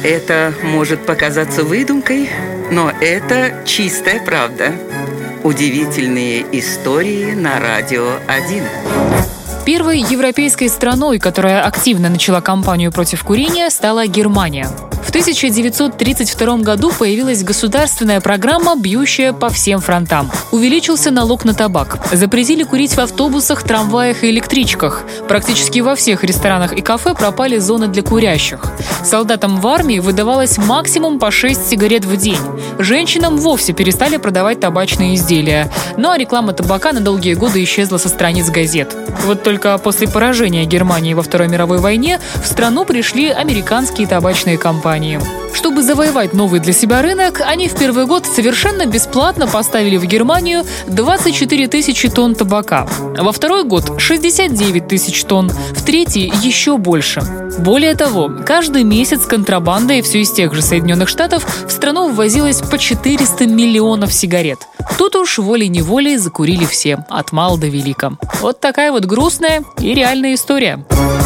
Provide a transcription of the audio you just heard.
Это может показаться выдумкой, но это чистая правда. Удивительные истории на Радио 1. Первой европейской страной, которая активно начала кампанию против курения, стала Германия. В 1932 году появилась государственная программа, бьющая по всем фронтам. Увеличился налог на табак. Запретили курить в автобусах, трамваях и электричках. Практически во всех ресторанах и кафе пропали зоны для курящих. Солдатам в армии выдавалось максимум по 6 сигарет в день. Женщинам вовсе перестали продавать табачные изделия. Ну а реклама табака на долгие годы исчезла со страниц газет. Вот только после поражения Германии во Второй мировой войне в страну пришли американские табачные компании. Чтобы завоевать новый для себя рынок, они в первый год совершенно бесплатно поставили в Германию 24 тысячи тонн табака. Во второй год – 69 тысяч тонн, в третий – еще больше. Более того, каждый месяц контрабандой все из тех же Соединенных Штатов в страну ввозилось по 400 миллионов сигарет. Тут уж волей-неволей закурили все, от мала до велика. Вот такая вот грустная и реальная история.